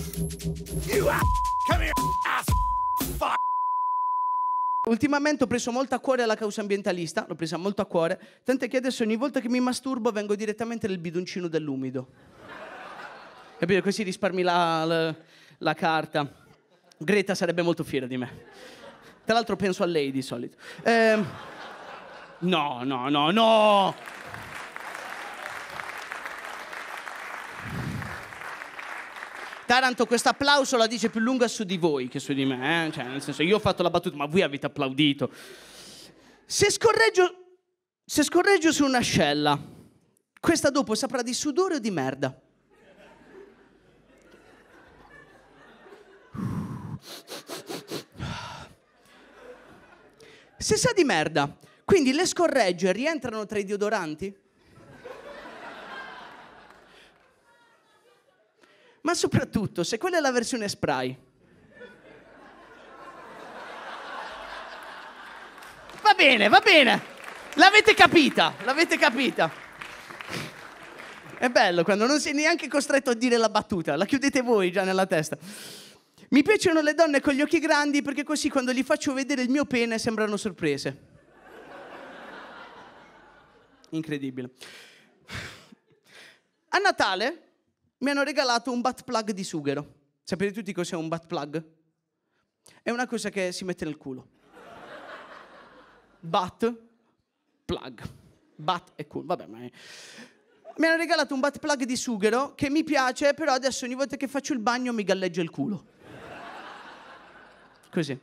You come here, ass fuck. Ultimamente ho preso molto a cuore la causa ambientalista, l'ho presa molto a cuore, tant'è che adesso ogni volta che mi masturbo vengo direttamente nel bidoncino dell'umido. Capito? Così risparmi la carta. Greta sarebbe molto fiera di me. Tra l'altro penso a lei di solito. No. Taranto questo applauso la dice più lunga su di voi che su di me, Cioè, nel senso, io ho fatto la battuta, ma voi avete applaudito. Se scorreggio su un'ascella, questa dopo saprà di sudore o di merda? Se sa di merda, quindi le scorregge rientrano tra i deodoranti? Ma soprattutto, se quella è la versione spray. Va bene. L'avete capita. È bello quando non sei neanche costretto a dire la battuta, la chiudete voi già nella testa. Mi piacciono le donne con gli occhi grandi perché così quando gli faccio vedere il mio pene sembrano sorprese. Incredibile. A Natale mi hanno regalato un butt plug di sughero. Sapete tutti cos'è un butt plug? È una cosa che si mette nel culo. Butt plug. Butt e culo. Vabbè, ma mi hanno regalato un butt plug di sughero che mi piace, però adesso ogni volta che faccio il bagno mi galleggia il culo. Così.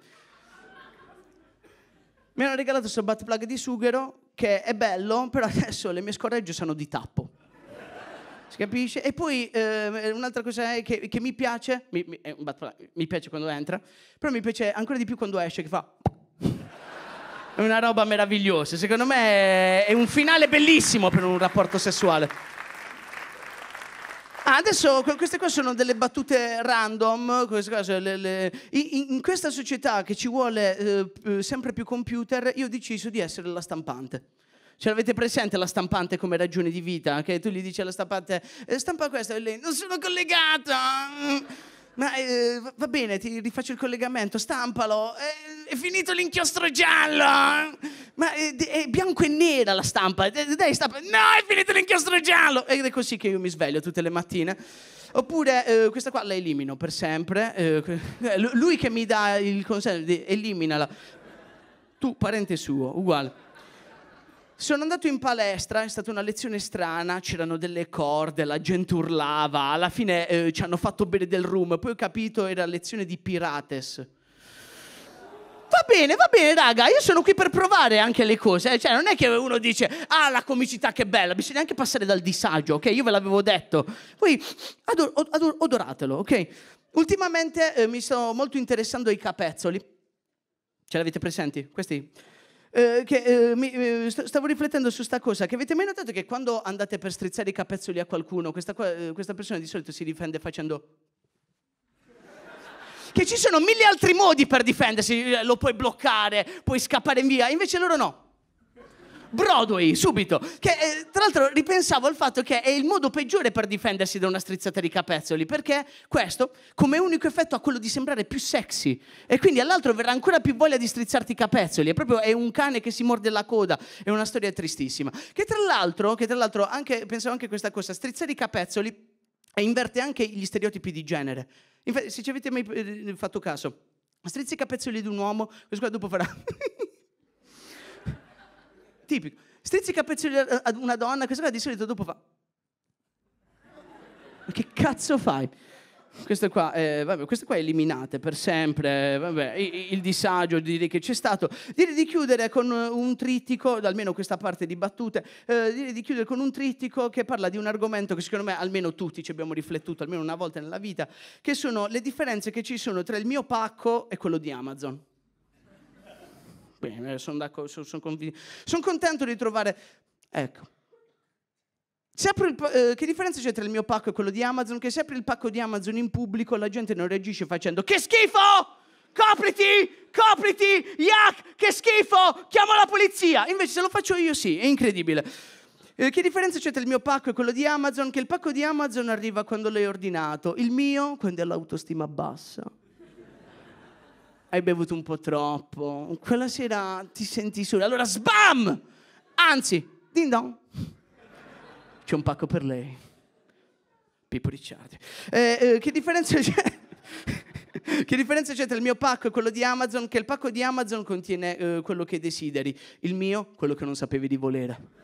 Mi hanno regalato questo butt plug di sughero che è bello, però adesso le mie scorregge sono di tappo. Si capisce? E poi un'altra cosa è che mi piace, mi piace quando entra, però mi piace ancora di più quando esce, che fa... È una roba meravigliosa. Secondo me è un finale bellissimo per un rapporto sessuale. Adesso queste qua sono delle battute random. In questa società che ci vuole sempre più computer, io ho deciso di essere la stampante. Ce l'avete presente la stampante come ragione di vita? Che tu gli dici alla stampante, stampa questo, e lei, non sono collegata. Ma va bene, ti rifaccio il collegamento, stampalo. È finito l'inchiostro giallo. Ma è bianco e nera la stampa. Dai, stampa. No, è finito l'inchiostro giallo. Ed è così che io mi sveglio tutte le mattine. Oppure questa qua la elimino per sempre. Lui che mi dà il consiglio, eliminala. Tu, parente suo, uguale. Sono andato in palestra, è stata una lezione strana, c'erano delle corde, la gente urlava, alla fine ci hanno fatto bere del rum, poi ho capito era lezione di Pilates. Va bene, raga, io sono qui per provare anche le cose, cioè non è che uno dice, la comicità che bella, bisogna anche passare dal disagio, ok? Io ve l'avevo detto. Voi odoratelo, ok? Ultimamente mi sto molto interessando ai capezzoli. Ce l'avete presenti? Questi... stavo riflettendo su sta cosa, che avete mai notato che quando andate per strizzare i capezzoli a qualcuno, questa persona di solito si difende facendo... Che ci sono mille altri modi per difendersi, lo puoi bloccare, puoi scappare via, invece loro no. Broadway, subito. Che, tra l'altro ripensavo al fatto che è il modo peggiore per difendersi da una strizzata di capezzoli, perché questo, come unico effetto, ha quello di sembrare più sexy. E quindi all'altro verrà ancora più voglia di strizzarti i capezzoli. È un cane che si morde la coda. È una storia tristissima. Che tra l'altro pensavo anche questa cosa, strizzare i capezzoli inverte anche gli stereotipi di genere. Infatti, se ci avete mai fatto caso, strizzi i capezzoli di un uomo, questo qua dopo farà... Tipico. Strizzi i capezzoli ad una donna, questa qua di solito dopo fa... Ma che cazzo fai? Queste qua eliminate per sempre. Vabbè, il disagio direi che c'è stato. Direi di chiudere con un trittico, almeno questa parte di battute, direi di chiudere con un trittico che parla di un argomento che secondo me almeno tutti ci abbiamo riflettuto almeno una volta nella vita, che sono le differenze che ci sono tra il mio pacco e quello di Amazon. Bene, sono d'accordo, sono convinto. Sono contento di trovare... Ecco. Che differenza c'è tra il mio pacco e quello di Amazon? Che se apri il pacco di Amazon in pubblico la gente non reagisce facendo che schifo! Copriti! Yak! Che schifo! Chiamo la polizia! Invece se lo faccio io sì, è incredibile. Che differenza c'è tra il mio pacco e quello di Amazon? Che il pacco di Amazon arriva quando l'hai ordinato, il mio quando hai l'autostima bassa. Hai bevuto un po' troppo, quella sera ti senti solo, allora sbam! Anzi, ding dong, c'è un pacco per lei. Pippo Ricciardi. Che differenza c'è? Che differenza c'è tra il mio pacco e quello di Amazon? Che il pacco di Amazon contiene quello che desideri, il mio quello che non sapevi di volere.